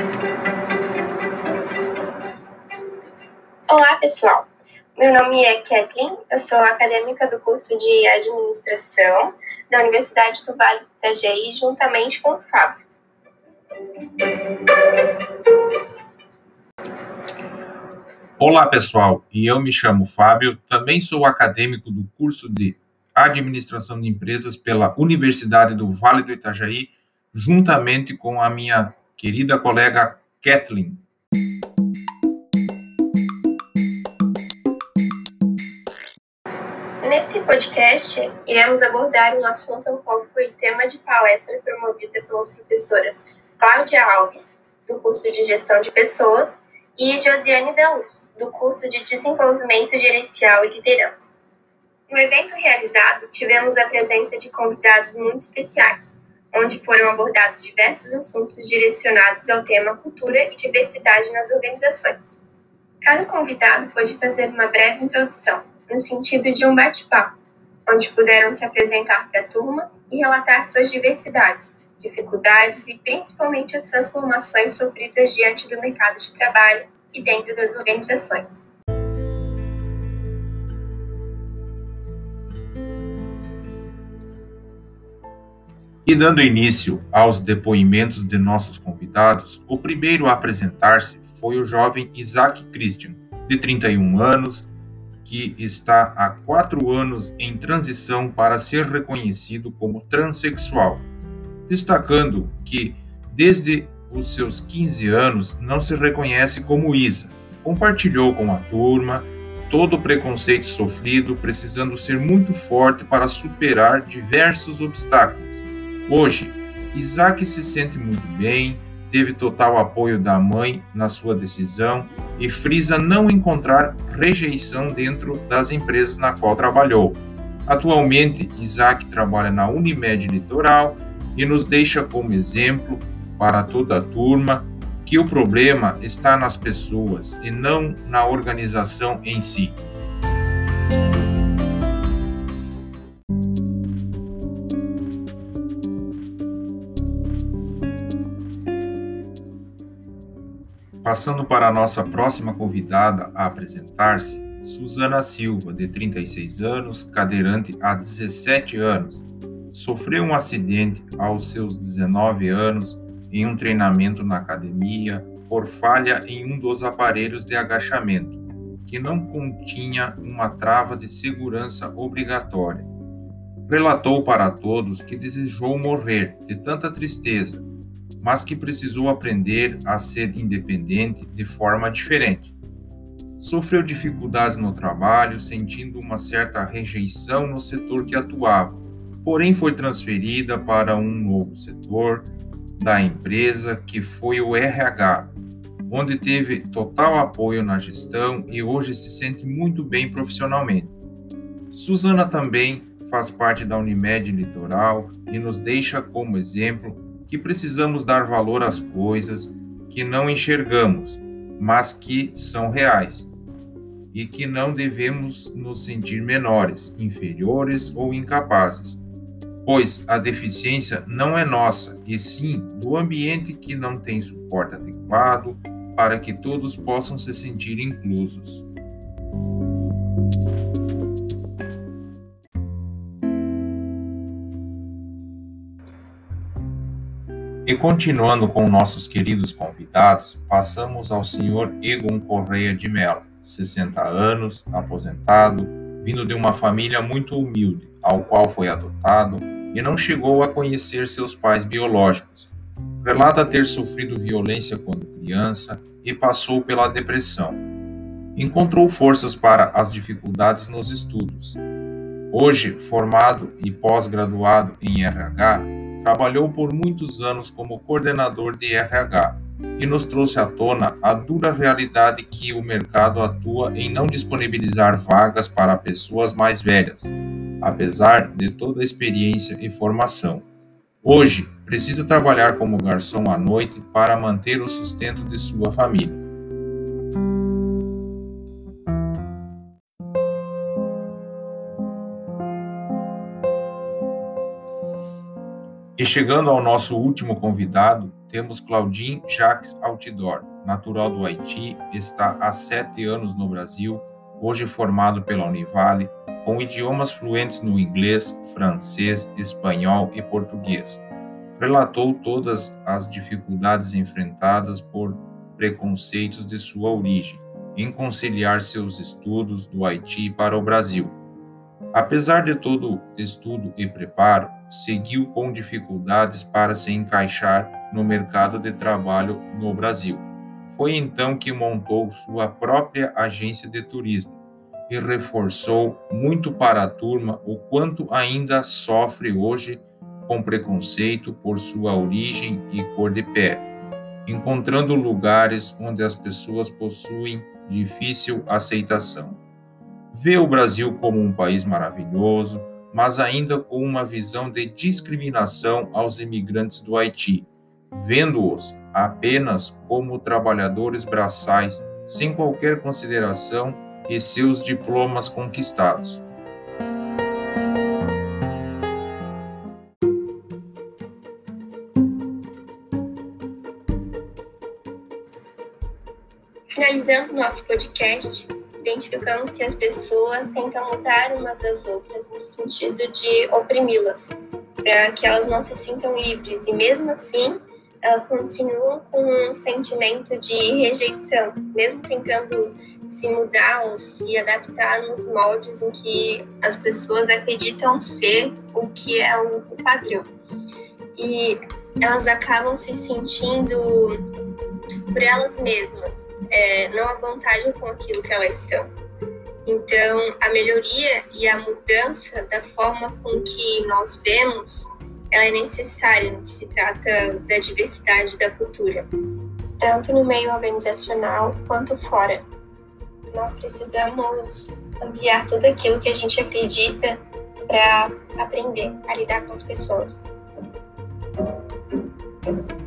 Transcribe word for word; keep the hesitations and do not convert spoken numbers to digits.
Olá, pessoal. Meu nome é Kathleen, eu sou acadêmica do curso de Administração da Universidade do Vale do Itajaí, juntamente com o Fábio. Olá, pessoal, e eu me chamo Fábio, também sou acadêmico do curso de Administração de Empresas pela Universidade do Vale do Itajaí, juntamente com a minha querida colega Kathleen. Nesse podcast, iremos abordar um assunto ao qual foi tema de palestra promovida pelas professoras Cláudia Alves, do curso de Gestão de Pessoas, e Josiane da Luz, do curso de Desenvolvimento Gerencial e Liderança. No evento realizado, tivemos a presença de convidados muito especiais, onde foram abordados diversos assuntos direcionados ao tema cultura e diversidade nas organizações. Cada convidado pôde fazer uma breve introdução, no sentido de um bate-papo, onde puderam se apresentar para a turma e relatar suas diversidades, dificuldades e principalmente as transformações sofridas diante do mercado de trabalho e dentro das organizações. E dando início aos depoimentos de nossos convidados, o primeiro a apresentar-se foi o jovem Isaac Christian, de trinta e um anos, que está há quatro anos em transição para ser reconhecido como transexual, destacando que, desde os seus quinze anos, não se reconhece como Isa. Compartilhou com a turma todo o preconceito sofrido, precisando ser muito forte para superar diversos obstáculos. Hoje, Isaac se sente muito bem, teve total apoio da mãe na sua decisão e frisa não encontrar rejeição dentro das empresas na qual trabalhou. Atualmente, Isaac trabalha na Unimed Litoral e nos deixa como exemplo para toda a turma que o problema está nas pessoas e não na organização em si. Passando para a nossa próxima convidada a apresentar-se, Suzana Silva, de trinta e seis anos, cadeirante há dezessete anos. Sofreu um acidente aos seus dezenove anos em um treinamento na academia por falha em um dos aparelhos de agachamento, que não continha uma trava de segurança obrigatória. Relatou para todos que desejou morrer de tanta tristeza, mas que precisou aprender a ser independente de forma diferente. Sofreu dificuldades no trabalho, sentindo uma certa rejeição no setor que atuava, porém foi transferida para um novo setor da empresa, que foi o R H, onde teve total apoio na gestão e hoje se sente muito bem profissionalmente. Suzana também faz parte da Unimed Litoral e nos deixa como exemplo que precisamos dar valor às coisas que não enxergamos, mas que são reais, e que não devemos nos sentir menores, inferiores ou incapazes, pois a deficiência não é nossa, e sim do ambiente que não tem suporte adequado para que todos possam se sentir inclusos. E continuando com nossos queridos convidados, passamos ao senhor Egon Correia de Mello, sessenta anos, aposentado, vindo de uma família muito humilde, ao qual foi adotado e não chegou a conhecer seus pais biológicos. Relata ter sofrido violência quando criança e passou pela depressão. Encontrou forças para as dificuldades nos estudos. Hoje, formado e pós-graduado em R H, trabalhou por muitos anos como coordenador de R H e nos trouxe à tona a dura realidade que o mercado atua em não disponibilizar vagas para pessoas mais velhas, apesar de toda a experiência e formação. Hoje, precisa trabalhar como garçom à noite para manter o sustento de sua família. E chegando ao nosso último convidado, temos Claudine Jacques Altidore, natural do Haiti, está há sete anos no Brasil, hoje formado pela Univale, com idiomas fluentes no inglês, francês, espanhol e português. Relatou todas as dificuldades enfrentadas por preconceitos de sua origem, em conciliar seus estudos do Haiti para o Brasil. Apesar de todo estudo e preparo, seguiu com dificuldades para se encaixar no mercado de trabalho no Brasil. Foi então que montou sua própria agência de turismo e reforçou muito para a turma o quanto ainda sofre hoje com preconceito por sua origem e cor de pele, encontrando lugares onde as pessoas possuem difícil aceitação. Vê o Brasil como um país maravilhoso, mas ainda com uma visão de discriminação aos imigrantes do Haiti, vendo-os apenas como trabalhadores braçais, sem qualquer consideração e seus diplomas conquistados. Finalizando nosso podcast, identificamos que as pessoas tentam mudar umas às outras no sentido de oprimi-las, para que elas não se sintam livres, e mesmo assim elas continuam com um sentimento de rejeição, mesmo tentando se mudar ou se adaptar nos moldes em que as pessoas acreditam ser o que é o padrão. E elas acabam se sentindo por elas mesmas, é, não à vontade com aquilo que elas são. Então, a melhoria e a mudança da forma com que nós vemos, ela é necessária no que se trata da diversidade da cultura, tanto no meio organizacional quanto fora. Nós precisamos ampliar tudo aquilo que a gente acredita para aprender a lidar com as pessoas.